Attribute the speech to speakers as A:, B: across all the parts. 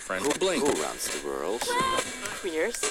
A: friend. Who runs the world?
B: Queers.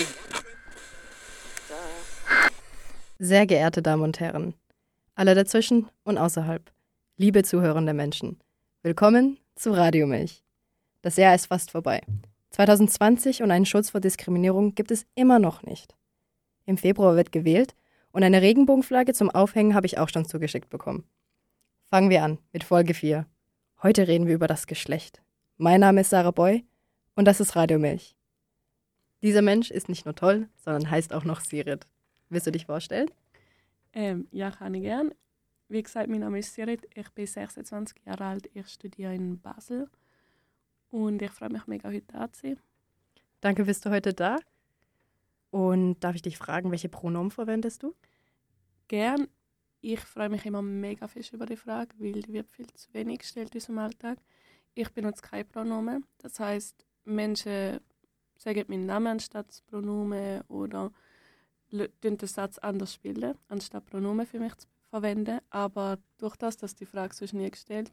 C: Sehr geehrte Damen und Herren, alle dazwischen und außerhalb, liebe zuhörende Menschen, willkommen zu Radiomilch. Das Jahr ist fast vorbei. 2020 und einen Schutz vor Diskriminierung gibt es immer noch nicht. Im Februar wird gewählt und eine Regenbogenflagge zum Aufhängen habe ich auch schon zugeschickt bekommen. Fangen wir an mit Folge 4. Heute reden wir über das Geschlecht. Mein Name ist Sarah Boy und das ist Radiomilch. Dieser Mensch ist nicht nur toll, sondern heißt auch noch Sirit. Willst du dich vorstellen?
D: Ja, kann ich gern. Wie gesagt, mein Name ist Sirit, ich bin 26 Jahre alt, ich studiere in Basel und ich freue mich mega, heute da zu sein.
C: Danke, bist du heute da. Und darf ich dich fragen, welche Pronomen verwendest du?
D: Gern. Ich freue mich immer mega fest über die Frage, weil die wird viel zu wenig gestellt in unserem Alltag. Ich benutze keine Pronomen. Das heisst, Menschen sagen meinen Namen anstatt das Pronomen oder den Satz anders spielen, anstatt Pronomen für mich zu verwenden. Aber durch das, dass die Frage sonst nie gestellt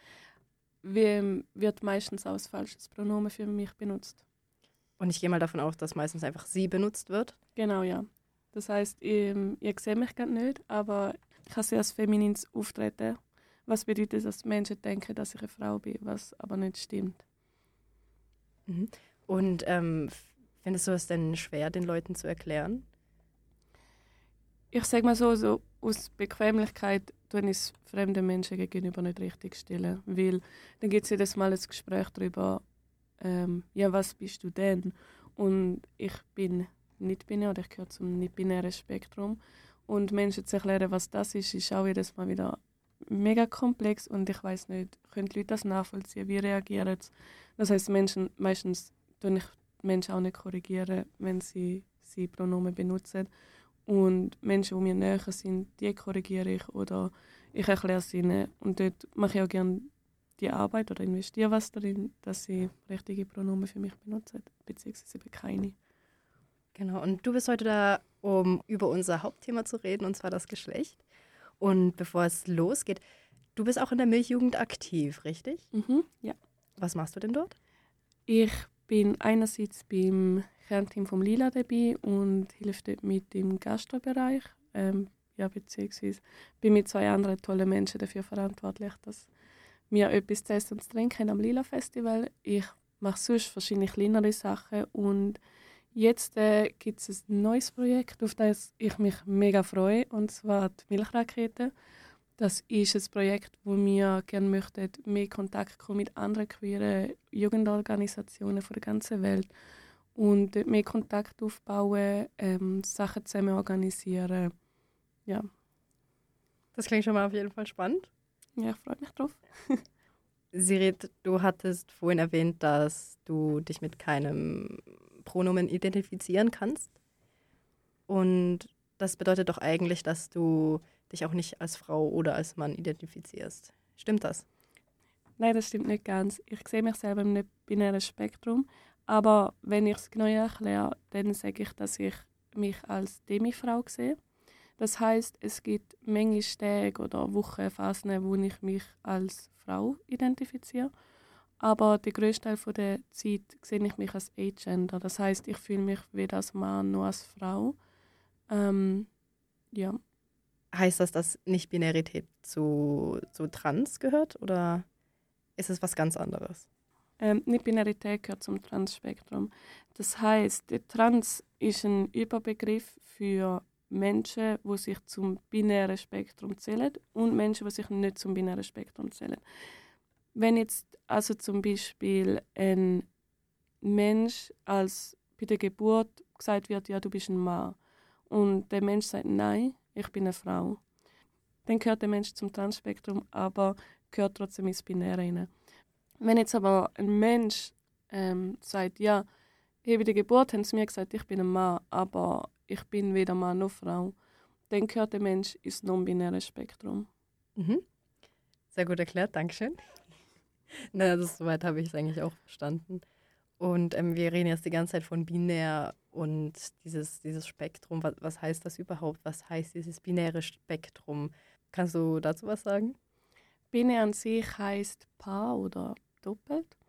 D: wird meistens auch ein falsches Pronomen für mich benutzt.
C: Und ich gehe mal davon aus, dass meistens einfach sie benutzt wird.
D: Genau, ja. Das heisst, ihr seht mich gerade nicht, aber ich habe sehr als feminines Auftreten. Was bedeutet, dass Menschen denken, dass ich eine Frau bin, was aber nicht stimmt.
C: Mhm. Und findest du es denn schwer, den Leuten zu erklären?
D: Ich sage mal so aus Bequemlichkeit tue ich es fremden Menschen gegenüber nicht richtig stellen. Weil dann gibt es jedes Mal ein Gespräch darüber, ja, was bist du denn? Und ich bin nicht binär oder ich gehöre zum nicht-binären Spektrum. Und Menschen zu erklären, was das ist auch jedes Mal wieder mega komplex und ich weiß nicht, können die Leute das nachvollziehen, wie reagieren sie? Das heisst, meistens tue ich Menschen auch nicht korrigieren, wenn sie Pronomen benutzen. Und Menschen, die mir näher sind, die korrigiere ich oder ich erkläre es ihnen. Und dort mache ich auch gerne die Arbeit oder investiere was darin, dass sie richtige Pronomen für mich benutzen, beziehungsweise eben keine.
C: Genau, und du bist heute da, um über unser Hauptthema zu reden, und zwar das Geschlecht. Und bevor es losgeht, du bist auch in der Milchjugend aktiv, richtig?
D: Ja.
C: Was machst du denn dort?
D: Ich bin einerseits beim Kernteam vom Lila dabei und hilf dort mit im Gastrobereich. Beziehungsweise bin mit 2 anderen tollen Menschen dafür verantwortlich, dass wir etwas zu essen und zu trinken am Lila Festival. Ich mache sonst verschiedene kleinere Sachen und jetzt gibt es ein neues Projekt, auf das ich mich mega freue, und zwar die Milchrakete. Das ist ein Projekt, wo wir gerne möchten, mehr Kontakt kommen mit anderen queeren Jugendorganisationen von der ganzen Welt und dort mehr Kontakt aufbauen, Sachen zusammen organisieren. Ja.
C: Das klingt schon mal auf jeden Fall spannend.
D: Ja, ich freue mich drauf.
C: Sirit, du hattest vorhin erwähnt, dass du dich mit keinem Pronomen identifizieren kannst. Und das bedeutet doch eigentlich, dass du dich auch nicht als Frau oder als Mann identifizierst. Stimmt das?
D: Nein, das stimmt nicht ganz. Ich sehe mich selber im nicht-binären Spektrum. Aber wenn ich es genau erkläre, dann sage ich, dass ich mich als Demifrau sehe. Das heisst, es gibt manchmal Tage oder Wochen, Phasen, wo ich mich als Frau identifiziere. Aber den grössten Teil der Zeit sehe ich mich als Agender. Das heisst, ich fühle mich weder als Mann noch als Frau. Ja.
C: Heißt das, dass Nicht-Binarität zu Trans gehört oder ist es was ganz anderes?
D: Nicht-Binarität gehört zum Trans-Spektrum. Das heisst, der Trans ist ein Überbegriff für Menschen, die sich zum binären Spektrum zählen und Menschen, die sich nicht zum binären Spektrum zählen. Wenn jetzt also zum Beispiel ein Mensch bei der Geburt gesagt wird, ja, du bist ein Mann, und der Mensch sagt, nein, ich bin eine Frau, dann gehört der Mensch zum Transspektrum, aber gehört trotzdem ins Binäre rein. Wenn jetzt aber ein Mensch sagt, ja, bei der Geburt haben sie mir gesagt, ich bin ein Mann, aber ich bin weder Mann noch Frau, dann gehört der Mensch ins non-binäre Spektrum.
C: Mhm. Sehr gut erklärt, Dankeschön. Na, soweit habe ich es eigentlich auch verstanden. Und wir reden jetzt die ganze Zeit von binär und dieses Spektrum. Was heißt das überhaupt? Was heißt dieses binäre Spektrum? Kannst du dazu was sagen?
D: Binär an sich heisst Paar oder doppelt.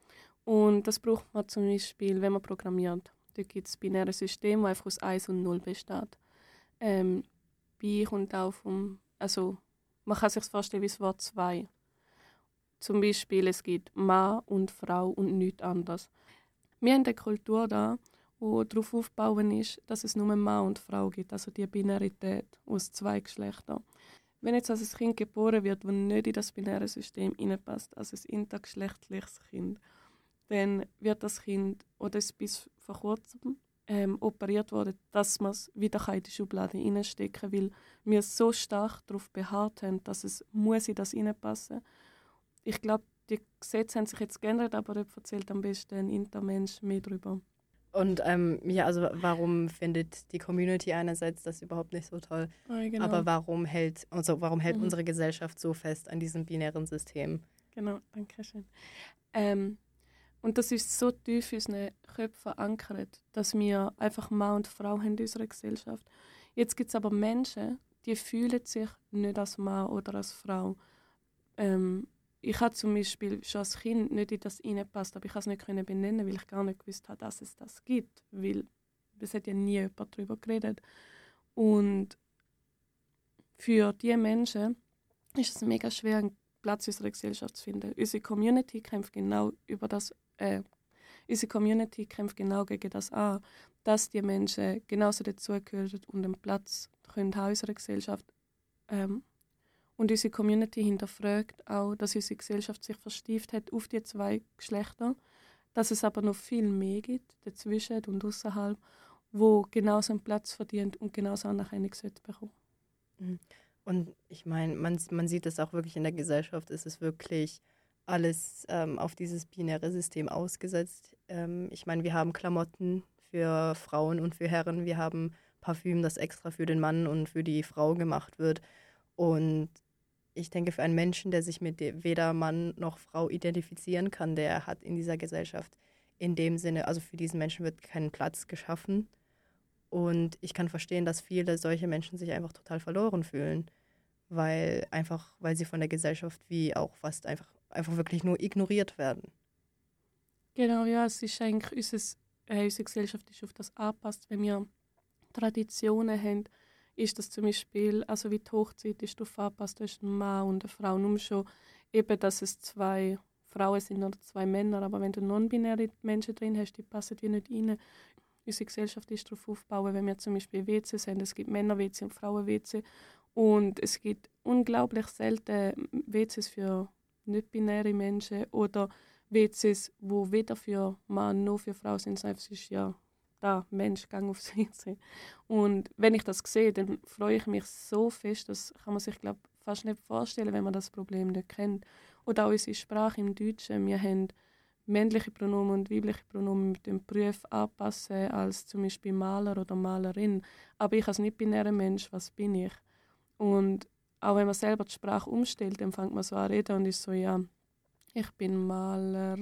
D: Und das braucht man zum Beispiel, wenn man programmiert. Da gibt es binäre Systeme, das einfach aus 1 und 0 besteht. Bi kommt auch also man kann sich vorstellen wie das Wort 2. Zum Beispiel, es gibt Mann und Frau und nichts anderes. Wir haben eine Kultur da, die darauf aufbauen ist, dass es nur Mann und Frau gibt, also die Binarität aus 2 Geschlechtern. Wenn jetzt also ein Kind geboren wird, das nicht in das binäre System hineinpasst, also ein intergeschlechtliches Kind, dann wird das Kind, oder ist bis vor kurzem operiert worden, dass man es wieder in die Schublade hineinstecken kann, weil wir so stark darauf beharrt haben, dass es muss in das hineinpassen. Ich glaube, die Gesetze haben sich jetzt geändert, aber dort erzählt am besten ein Intermensch mehr darüber.
C: Und also warum findet die Community einerseits das überhaupt nicht so toll,
D: Genau.
C: aber warum hält unsere Gesellschaft so fest an diesem binären System?
D: Genau, danke schön. Und das ist so tief in unseren Köpfen verankert, dass wir einfach Mann und Frau haben in unserer Gesellschaft. Jetzt gibt es aber Menschen, die fühlen sich nicht als Mann oder als Frau. Ich habe zum Beispiel schon als Kind nicht in das reingepasst, aber ich konnte es nicht benennen, weil ich gar nicht gewusst habe, dass es das gibt. Weil es hat ja nie jemand darüber geredet. Und für diese Menschen ist es mega schwer, einen Platz in unserer Gesellschaft zu finden. Unsere Community kämpft genau gegen das an, dass die Menschen genauso dazugehören und einen Platz können haben in unserer Gesellschaft. Und unsere Community hinterfragt auch, dass unsere Gesellschaft sich verstieft hat auf die 2 Geschlechter, dass es aber noch viel mehr gibt, dazwischen und außerhalb, wo genauso einen Platz verdient und genauso Anerkennung bekommen.
C: Und ich meine, man sieht es auch wirklich in der Gesellschaft, es ist wirklich alles auf dieses binäre System ausgesetzt. Ich meine, wir haben Klamotten für Frauen und für Herren, wir haben Parfüm, das extra für den Mann und für die Frau gemacht wird. Und ich denke, für einen Menschen, der sich mit weder Mann noch Frau identifizieren kann, der hat in dieser Gesellschaft in dem Sinne, also für diesen Menschen wird kein Platz geschaffen. Und ich kann verstehen, dass viele solche Menschen sich einfach total verloren fühlen, weil sie von der Gesellschaft wie auch fast einfach wirklich nur ignoriert werden.
D: Genau, ja, es ist eigentlich unsere Gesellschaft ist auf das angepasst. Wenn wir Traditionen haben, ist das zum Beispiel, also wie die Hochzeit ist darauf angepasst, da ist ein Mann und eine Frau. Nur schon eben, dass es 2 Frauen sind oder 2 Männer. Aber wenn du non-binäre Menschen drin hast, die passen wie nicht rein. Unsere Gesellschaft ist darauf aufgebaut, wenn wir zum Beispiel WCs haben. Es gibt Männer-WC und Frauen-WC. Und es gibt unglaublich selten WCs für nicht-binäre Menschen oder WCs, die weder für Mann noch für Frau sind. Es ist ja da, Mensch, gang aufs WC. Und wenn ich das sehe, dann freue ich mich so fest, das kann man sich, glaube ich, fast nicht vorstellen, wenn man das Problem nicht kennt. Oder auch unsere Sprache im Deutschen. Wir haben männliche Pronomen und weibliche Pronomen mit dem Beruf anpassen als zum Beispiel Maler oder Malerin. Aber ich als nicht-binärer Mensch, was bin ich? Und auch wenn man selber die Sprache umstellt, dann fängt man so an reden und ist so, ja, ich bin Maler.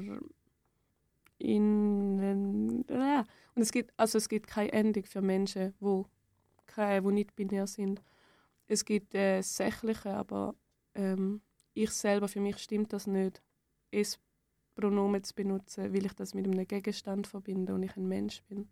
D: Und es gibt keine Endung für Menschen, die nicht binär sind. Es gibt sächliche, aber ich selber, für mich stimmt das nicht, es Pronomen zu benutzen, weil ich das mit einem Gegenstand verbinde und ich ein Mensch bin.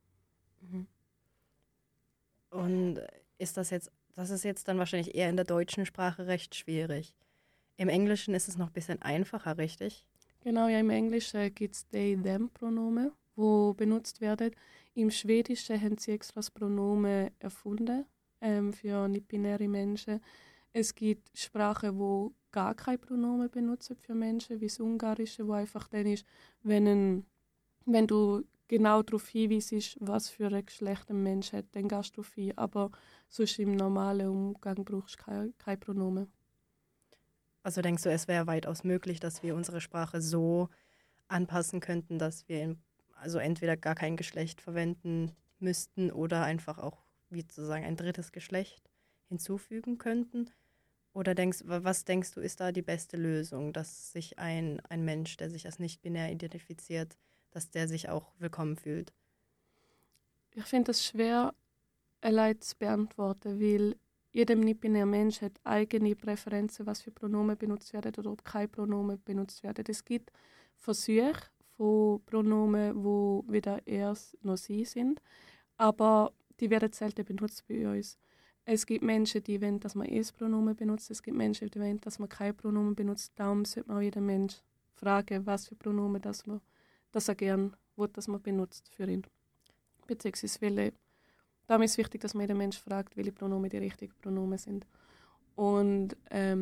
C: Und das ist jetzt dann wahrscheinlich eher in der deutschen Sprache recht schwierig. Im Englischen ist es noch ein bisschen einfacher, richtig?
D: Genau, ja, im Englischen gibt es they-them-Pronomen, die benutzt werden. Im Schwedischen haben sie extra das Pronomen erfunden für nicht-binäre Menschen. Es gibt Sprachen, die gar keine Pronomen benutzen für Menschen, wie das Ungarische, wo einfach dann ist, wenn du genau darauf hinweisst, was für ein Geschlecht ein Mensch hat, dann gehst du darauf hin. Aber sonst im normalen Umgang brauchst du kein Pronomen.
C: Also denkst du, es wäre weitaus möglich, dass wir unsere Sprache so anpassen könnten, dass wir also entweder gar kein Geschlecht verwenden müssten oder einfach auch, wie sozusagen, ein drittes Geschlecht hinzufügen könnten? Oder was denkst du, ist da die beste Lösung, dass sich ein Mensch, der sich als nicht-binär identifiziert, dass der sich auch willkommen fühlt?
D: Ich finde das schwer, allein zu beantworten, weil jeder nicht-binäre Mensch hat eigene Präferenzen, was für Pronomen benutzt werden oder ob keine Pronomen benutzt werden. Es gibt Versuche von Pronomen, wo weder er noch sie sind, aber die werden selten benutzt bei uns. Es gibt Menschen, die wollen, dass man Es-Pronomen benutzt. Es gibt Menschen, die wollen, dass man kein Pronomen benutzt. Darum sollte man auch jeden Mensch fragen, was für Pronomen dass er gerne will, dass man benutzt für ihn. Beziehungsweise welche. Darum ist es wichtig, dass man jeden Mensch fragt, welche Pronomen die richtigen Pronomen sind. Und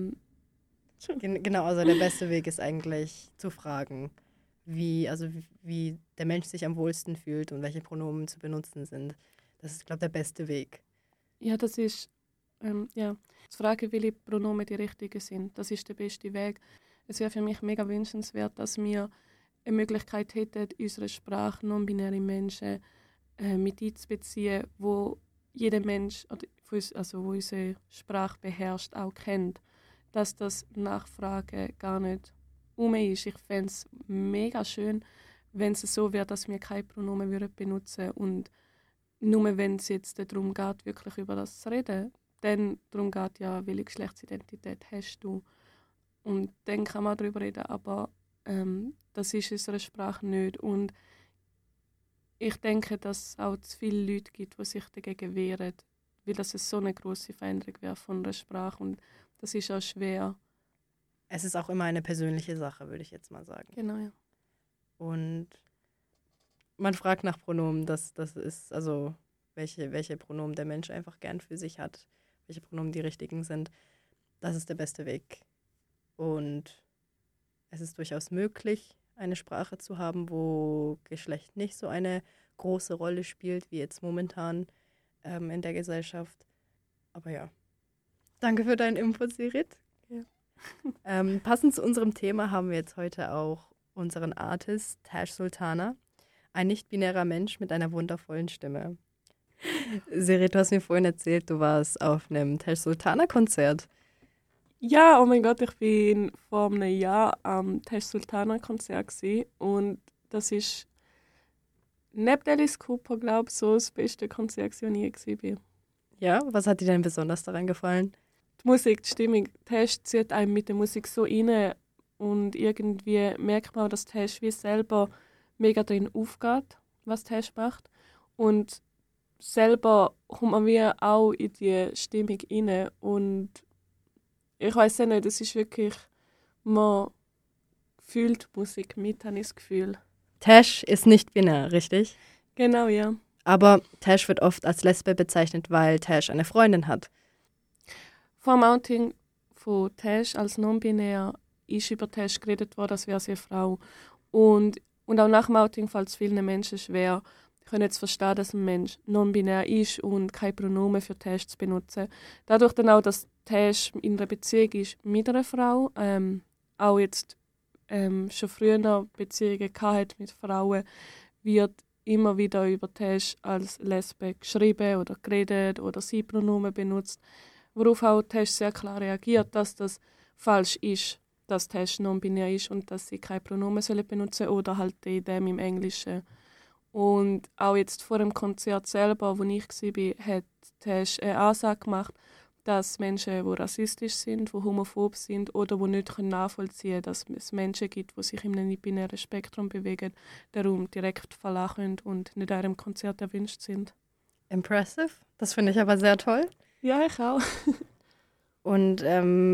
C: Genau, also der beste Weg ist eigentlich zu fragen, wie der Mensch sich am wohlsten fühlt und welche Pronomen zu benutzen sind. Das ist, glaube ich, der beste Weg.
D: ja, das ist zu fragen, welche Pronomen die richtigen sind. Das ist der beste Weg. Es wäre für mich mega wünschenswert, dass wir eine Möglichkeit hätten, unsere Sprache non-binäre Menschen mit einzubeziehen, wo jeder Mensch, also wo unsere Sprache beherrscht, auch kennt. Dass das Nachfragen gar nicht ist. Ich fände es mega schön, wenn es so wäre, dass wir keine Pronomen benutzen würden und nur wenn es jetzt darum geht, wirklich über das zu reden, dann darum geht ja, welche Geschlechtsidentität hast du. Und dann kann man darüber reden, aber das ist unsere Sprache nicht. Und ich denke, dass es auch zu viele Leute gibt, die sich dagegen wehren, weil das so eine grosse Veränderung wäre von der Sprache. Und das ist auch schwer.
C: Es ist auch immer eine persönliche Sache, würde ich jetzt mal sagen.
D: Genau, ja.
C: Und man fragt nach Pronomen, das ist also, welche Pronomen der Mensch einfach gern für sich hat, welche Pronomen die richtigen sind. Das ist der beste Weg. Und es ist durchaus möglich, eine Sprache zu haben, wo Geschlecht nicht so eine große Rolle spielt, wie jetzt momentan in der Gesellschaft. Aber ja. Danke für deinen Input, Sirit.
D: Ja.
C: Passend zu unserem Thema haben wir jetzt heute auch unseren Artist Tash Sultana, ein nicht-binärer Mensch mit einer wundervollen Stimme. Sirit, du hast mir vorhin erzählt, du warst auf einem Tash Sultana-Konzert.
D: Ja, oh mein Gott, ich bin vor einem Jahr am Tash Sultana Konzert gewesen. Und das ist neben Alice Cooper, glaube ich, so das beste Konzert, das ich je gewesen war.
C: Ja, was hat dir denn besonders daran gefallen?
D: Die Musik, die Stimmung, Tash zieht einem mit der Musik so rein und irgendwie merkt man, dass Tash wie selber mega drin aufgeht, was Tash macht. Und selber kommt man wie auch in die Stimmung rein und ich weiß ja nicht, es ist wirklich, man fühlt Musik mit, habe ich das Gefühl.
C: Tash ist nicht binär, richtig?
D: Genau, ja.
C: Aber Tash wird oft als Lesbe bezeichnet, weil Tash eine Freundin hat.
D: Vor dem Outing von Tash als non-binär ist über Tash geredet worden, als wäre sie eine Frau. Und auch nach dem Outing fällt es vielen Menschen schwer, können jetzt verstehen, dass ein Mensch non-binär ist und keine Pronomen für Tash zu benutzen. Dadurch dann auch, dass Tash in einer Beziehung ist mit einer Frau, auch jetzt schon früher Beziehungen hat mit Frauen, wird immer wieder über Tash als Lesbe geschrieben oder geredet oder sie Pronomen benutzt, worauf auch Tash sehr klar reagiert, dass das falsch ist, dass Tash non-binär ist und dass sie keine Pronomen benutzen sollen oder halt in dem im Englischen. Und auch jetzt vor dem Konzert selber, wo ich war, hat Tash eine Ansage gemacht, dass Menschen, die rassistisch sind, die homophob sind oder die nicht nachvollziehen können, dass es Menschen gibt, die sich in einem nicht-binären Spektrum bewegen, darum direkt verlassen können und nicht an einem Konzert erwünscht sind.
C: Impressive. Das finde ich aber sehr toll.
D: Ja, ich auch.
C: Und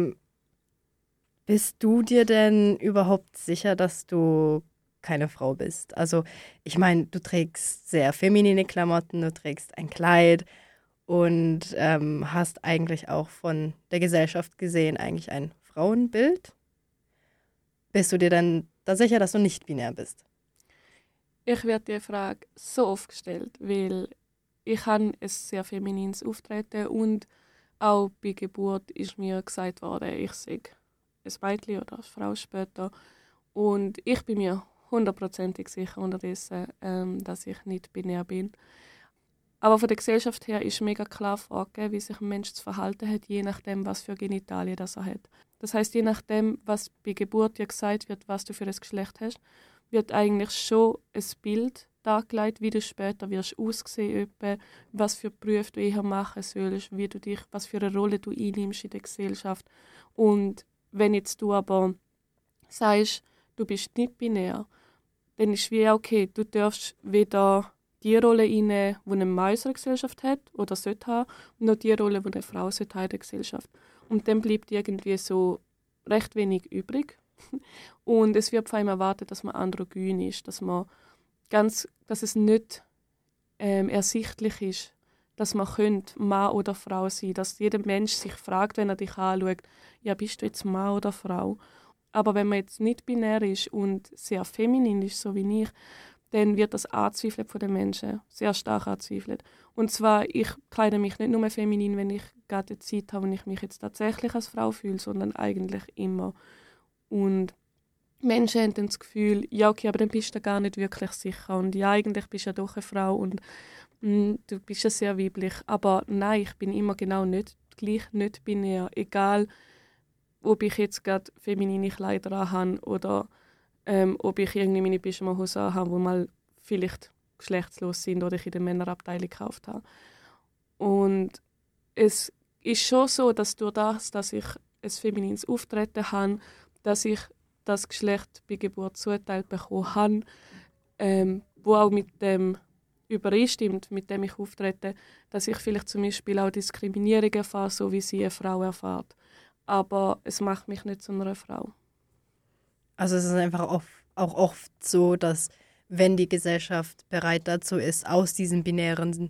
C: bist du dir denn überhaupt sicher, dass du keine Frau bist? Also ich meine, du trägst sehr feminine Klamotten, du trägst ein Kleid und hast eigentlich auch von der Gesellschaft gesehen eigentlich ein Frauenbild. Bist du dir denn da sicher, dass du nicht binär bist?
D: Ich werde die Frage so oft gestellt, weil ich habe ein sehr feminines Auftreten und auch bei Geburt ist mir gesagt worden, ich sei ein Mädchen oder eine Frau später. Und ich bin mir 100%ig sicher unterdessen, dass ich nicht binär bin. Aber von der Gesellschaft her ist mega klar vorgegeben, wie sich ein Mensch zu verhalten hat, je nachdem, was für Genitalien das er hat. Das heißt, je nachdem, was bei Geburt dir gesagt wird, was du für ein Geschlecht hast, wird eigentlich schon ein Bild dargelegt, wie du später wirst aussehen, was für Berufe du eher machen sollst, was für eine Rolle du einnimmst in der Gesellschaft. Und wenn jetzt du aber sagst, du bist nicht binär, dann ist wie okay, du darfst weder die Rolle einnehmen, die ein Mann in unserer Gesellschaft hat oder sollte haben, und noch die Rolle, die eine Frau sollte haben in der Gesellschaft. Und dann bleibt irgendwie so recht wenig übrig. Und es wird von einem erwartet, dass man androgyn ist, dass es nicht ersichtlich ist, dass man Mann oder Frau sein könnte, dass jeder Mensch sich fragt, wenn er dich anschaut, ja, bist du jetzt Mann oder Frau? Aber wenn man jetzt nicht binär ist und sehr feminin ist, so wie ich, dann wird das angezweifelt von den Menschen, sehr stark angezweifelt. Und zwar, ich kleide mich nicht nur feminin, wenn ich gerade die Zeit habe, wenn ich mich jetzt tatsächlich als Frau fühle, sondern eigentlich immer. Und Menschen haben dann das Gefühl, ja okay, aber dann bist du gar nicht wirklich sicher. Und ja, eigentlich bist du ja doch eine Frau und du bist ja sehr weiblich. Aber nein, ich bin immer genau nicht binär. Egal, ob ich jetzt gerade feminine Kleider anhabe oder ob ich irgendwie meine Pyjama-Hose anhabe, die mal vielleicht geschlechtslos sind oder ich in der Männerabteilung gekauft habe. Und es ist schon so, dass durch das, dass ich ein feminines Auftreten habe, dass ich das Geschlecht bei Geburt zugeteilt bekommen habe, wo auch mit dem übereinstimmt, mit dem ich auftrete, dass ich vielleicht zum Beispiel auch Diskriminierung erfahre, so wie sie eine Frau erfährt. Aber es macht mich nicht zu einer Frau.
C: Also es ist einfach auch oft so, dass wenn die Gesellschaft bereit dazu ist, aus diesem binären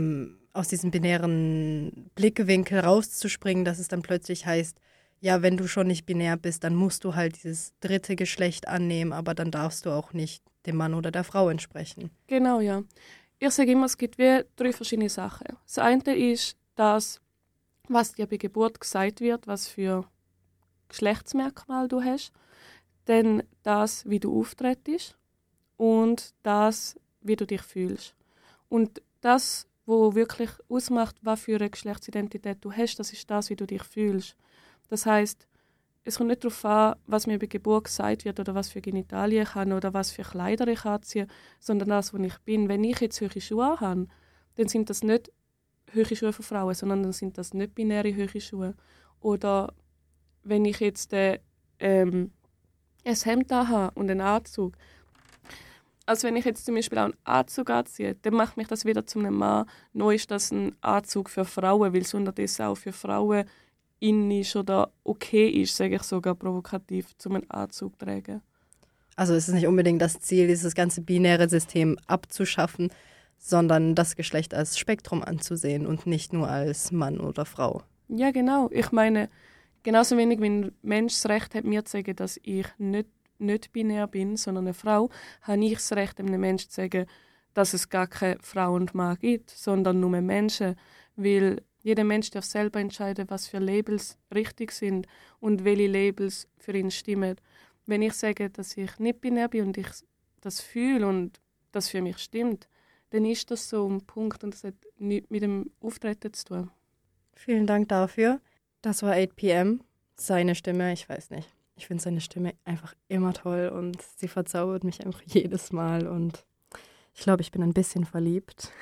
C: Blickwinkel rauszuspringen, dass es dann plötzlich heißt, ja, wenn du schon nicht binär bist, dann musst du halt dieses dritte Geschlecht annehmen, aber dann darfst du auch nicht dem Mann oder der Frau entsprechen.
D: Genau, ja. Ich sage immer, es gibt wie 3 verschiedene Sachen. Das eine ist das, was dir bei Geburt gesagt wird, was für Geschlechtsmerkmale du hast. Dann das, wie du auftrittst und das, wie du dich fühlst. Und das, was wirklich ausmacht, was für eine Geschlechtsidentität du hast, das ist das, wie du dich fühlst. Das heisst, es kommt nicht darauf an, was mir bei Geburt gesagt wird oder was für Genitalien ich habe oder was für Kleider ich anziehe, sondern das, wo ich bin. Wenn ich jetzt hohe Schuhe habe, dann sind das nicht hohe Schuhe für Frauen, sondern dann sind das nicht binäre hohe Schuhe. Oder wenn ich jetzt ein Hemd habe und einen Anzug. Also wenn ich jetzt zum Beispiel auch einen Anzug anziehe, dann macht mich das wieder zu einem Mann. Neu ist das ein Anzug für Frauen, weil es unterdessen auch für Frauen in ist oder okay ist, sage ich sogar provokativ, zum einen Anzug zu tragen.
C: Also es ist nicht unbedingt das Ziel, dieses ganze binäre System abzuschaffen, sondern das Geschlecht als Spektrum anzusehen und nicht nur als Mann oder Frau.
D: Ja, genau. Ich meine, genauso wenig wie ein Mensch das Recht hat, mir zu sagen, dass ich nicht binär bin, sondern eine Frau, habe ich das Recht, einem Menschen zu sagen, dass es gar keine Frau und Mann gibt, sondern nur Menschen. Weil jeder Mensch darf selber entscheiden, was für Labels richtig sind und welche Labels für ihn stimmen. Wenn ich sage, dass ich nicht binär bin und ich das fühle und das für mich stimmt, dann ist das so ein Punkt und das hat nichts mit dem Auftreten zu tun.
C: Vielen Dank dafür. Das war 8pm. Seine Stimme, ich weiß nicht. Ich finde seine Stimme einfach immer toll und sie verzaubert mich einfach jedes Mal und ich glaube, ich bin ein bisschen verliebt.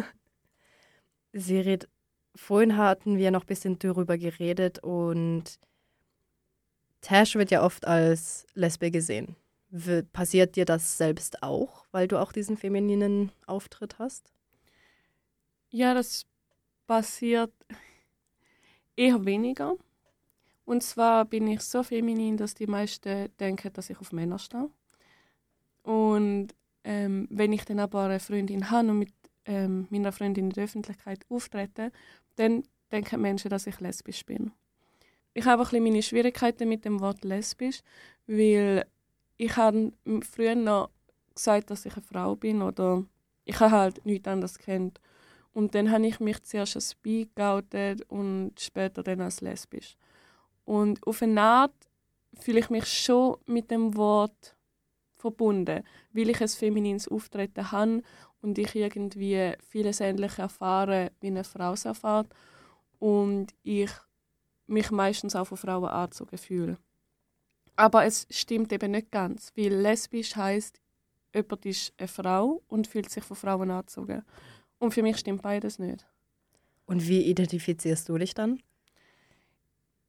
C: Vorhin hatten wir noch ein bisschen darüber geredet und Tash wird ja oft als Lesbe gesehen. Passiert dir das selbst auch, weil du auch diesen femininen Auftritt hast?
D: Ja, das passiert eher weniger. Und zwar bin ich so feminin, dass die meisten denken, dass ich auf Männer stehe. Und wenn ich dann aber eine Freundin habe und mit meiner Freundin in der Öffentlichkeit auftrete, dann denken Menschen, dass ich lesbisch bin. Ich habe ein bisschen meine Schwierigkeiten mit dem Wort lesbisch, weil ich habe früher noch gesagt, dass ich eine Frau bin oder ich habe halt nichts anderes gekannt. Und dann habe ich mich zuerst als bi geoutet und später dann als lesbisch. Und auf eine Art fühle ich mich schon mit dem Wort verbunden, weil ich ein feminines Auftreten habe und ich irgendwie vieles Ähnliches erfahre, wie eine Frau es erfährt. Und ich mich meistens auch von Frauen angezogen fühle. Aber es stimmt eben nicht ganz, weil lesbisch heisst, jemand ist eine Frau und fühlt sich von Frauen angezogen. Und für mich stimmt beides nicht.
C: Und wie identifizierst du dich dann?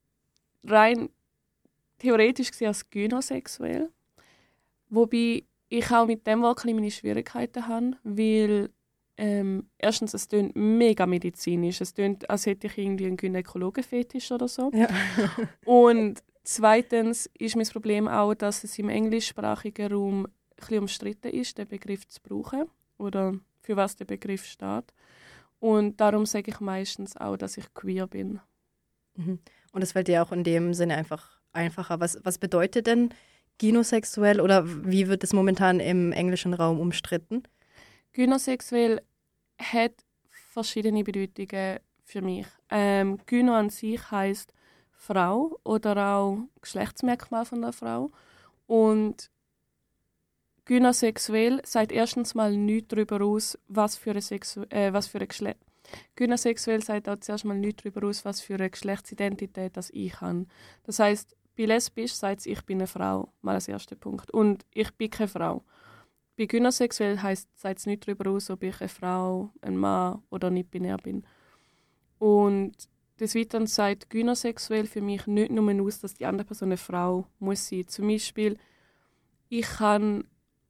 D: Rein theoretisch gesehen als gynosexuell. Wobei ich auch mit dem Wort meine Schwierigkeiten habe, weil erstens, es klingt mega medizinisch. Es klingt, als hätte ich irgendwie einen Gynäkologenfetisch oder so.
C: Ja.
D: Und zweitens ist mein Problem auch, dass es im englischsprachigen Raum ein bisschen umstritten ist, den Begriff zu brauchen oder für was der Begriff steht. Und darum sage ich meistens auch, dass ich queer bin.
C: Mhm. Und es fällt dir auch in dem Sinne einfach einfacher. Was bedeutet denn gynosexuell oder wie wird es momentan im englischen Raum umstritten?
D: Gynosexuell hat verschiedene Bedeutungen für mich. Gyno an sich heisst Frau oder auch Geschlechtsmerkmal von der Frau. Und gynosexuell sagt erstens mal nichts darüber aus, was für ein Geschlecht. Gynosexuell sagt auch zuerst mal nichts darüber aus, was für eine Geschlechtsidentität das ich habe. Das heisst, bei lesbisch sagt es, ich bin eine Frau, mal als erster Punkt. Und ich bin keine Frau. Bei gynosexuell sagt es nicht darüber aus, ob ich eine Frau, ein Mann oder nicht binär bin. Und des Weiteren sagt gynosexuell für mich nicht nur aus, dass die andere Person eine Frau muss sein. Zum Beispiel, ich kann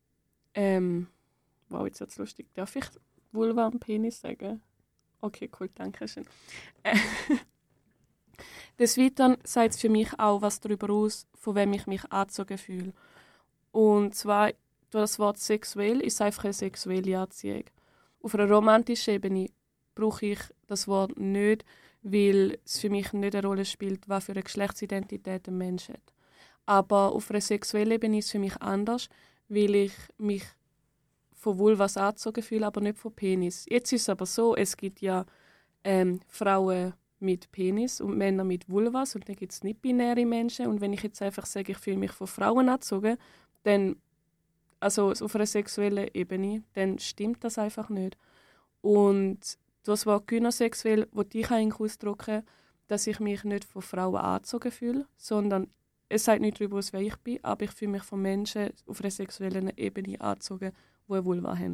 D: wow, jetzt wird es lustig. Darf ich Vulva und Penis sagen? Okay, cool, danke schön. Des Weiteren sagt es für mich auch was darüber aus, von wem ich mich angezogen fühle. Und zwar durch das Wort sexuell ist einfach eine sexuelle Anziehung. Auf einer romantischen Ebene brauche ich das Wort nicht, weil es für mich nicht eine Rolle spielt, was für eine Geschlechtsidentität ein Mensch hat. Aber auf einer sexuellen Ebene ist es für mich anders, weil ich mich von Vulvas angezogen fühle, aber nicht von Penis. Jetzt ist es aber so, es gibt ja Frauen mit Penis und Männer mit Vulvas und dann gibt es nicht-binäre Menschen. Und wenn ich jetzt einfach sage, ich fühle mich von Frauen angezogen, dann, also auf einer sexuellen Ebene, dann stimmt das einfach nicht. Und das Wort gynosexuell wollte ich eigentlich ausdrücken, dass ich mich nicht von Frauen angezogen fühle, sondern es sagt nicht darüber aus, wer ich bin, aber ich fühle mich von Menschen auf einer sexuellen Ebene angezogen, die eine Vulva haben.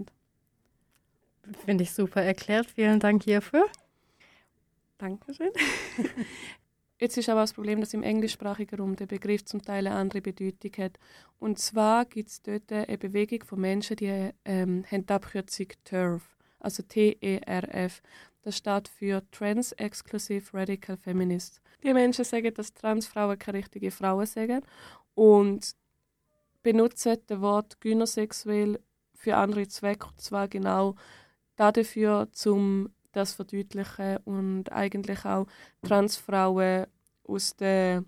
C: Finde ich super erklärt. Vielen Dank hierfür.
D: Dankeschön. Jetzt ist aber das Problem, dass im englischsprachigen Raum der Begriff zum Teil eine andere Bedeutung hat. Und zwar gibt es dort eine Bewegung von Menschen, die haben die Abkürzung TERF, also TERF. Das steht für Trans Exclusive Radical Feminists. Die Menschen sagen, dass Transfrauen keine richtigen Frauen sind und benutzen das Wort gynosexuell für andere Zwecke, und zwar genau dafür, um das zu verdeutlichen und eigentlich auch Transfrauen aus der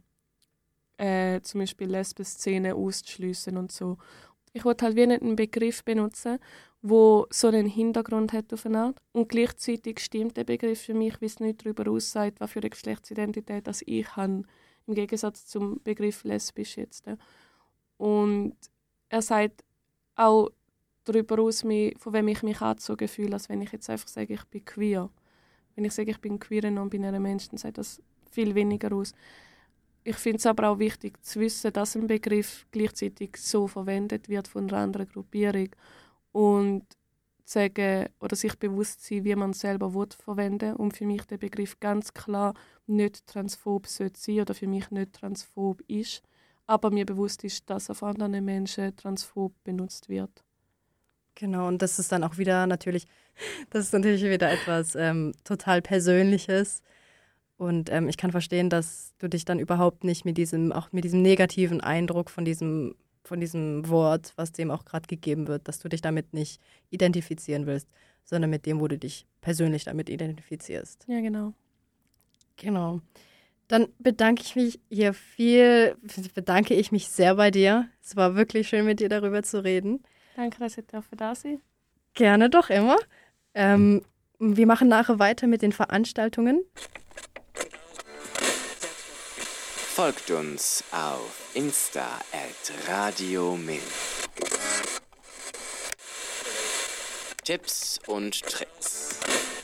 D: zum Beispiel Lesben-Szene auszuschliessen und so. Ich wollte halt wie nicht einen Begriff benutzen, wo so einen Hintergrund hat auf eine Art. Und gleichzeitig stimmt der Begriff für mich, wie es nicht darüber aussagt, was für eine Geschlechtsidentität das ich habe, im Gegensatz zum Begriff lesbisch jetzt. Und er sagt auch darüber aus, von wem ich mich angezogen fühle, als wenn ich jetzt einfach sage, ich bin queer. Wenn ich sage, ich bin queer non-binärer Mensch, dann sagt das viel weniger aus. Ich finde es aber auch wichtig zu wissen, dass ein Begriff gleichzeitig so verwendet wird von einer anderen Gruppierung und sagen oder sich bewusst sein, wie man es selber verwenden will. Und für mich der Begriff ganz klar nicht transphob sollte sein oder für mich nicht transphob ist, aber mir bewusst ist, dass auf anderen Menschen transphob benutzt wird.
C: Genau, und das ist dann auch wieder natürlich, das ist natürlich wieder etwas total Persönliches. Und ich kann verstehen, dass du dich dann überhaupt nicht mit diesem negativen Eindruck von diesem Wort, was dem auch gerade gegeben wird, dass du dich damit nicht identifizieren willst, sondern mit dem, wo du dich persönlich damit identifizierst.
D: Ja, genau.
C: Genau. Dann bedanke ich mich sehr bei dir. Es war wirklich schön, mit dir darüber zu reden.
D: Danke, dass ihr da seid.
C: Gerne, doch immer. Wir machen nachher weiter mit den Veranstaltungen.
A: Folgt uns auf Insta @RadioMilch. Tipps und Tricks.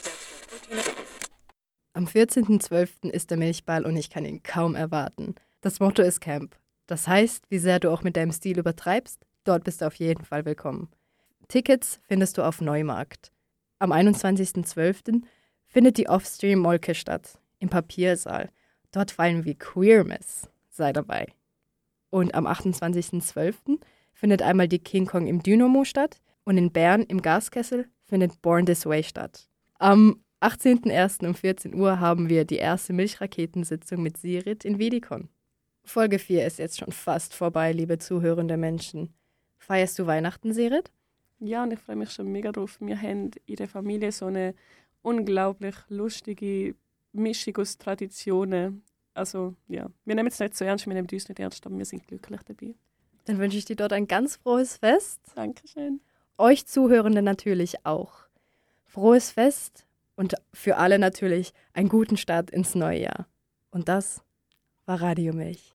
C: Am 14.12. ist der Milchball und ich kann ihn kaum erwarten. Das Motto ist Camp. Das heißt, wie sehr du auch mit deinem Stil übertreibst, dort bist du auf jeden Fall willkommen. Tickets findest du auf Neumarkt. Am 21.12. findet die Offstream-Molke statt, im Papiersaal. Dort feiern wir Queermas. Sei dabei. Und am 28.12. findet einmal die King Kong im Dynamo statt und in Bern im Gaskessel findet Born This Way statt. Am 18.01. um 14 Uhr haben wir die erste Milchraketensitzung mit Sirit in Wiedikon. Folge 4 ist jetzt schon fast vorbei, liebe zuhörende Menschen. Feierst du Weihnachten, Sirit?
D: Ja, und ich freue mich schon mega drauf. Wir haben in der Familie so eine unglaublich lustige Mischung aus Traditionen. Also ja, wir nehmen es nicht so ernst, wir nehmen uns nicht ernst, aber wir sind glücklich dabei.
C: Dann wünsche ich dir dort ein ganz frohes Fest.
D: Dankeschön.
C: Euch Zuhörende natürlich auch. Frohes Fest und für alle natürlich einen guten Start ins neue Jahr. Und das war Radio Milch.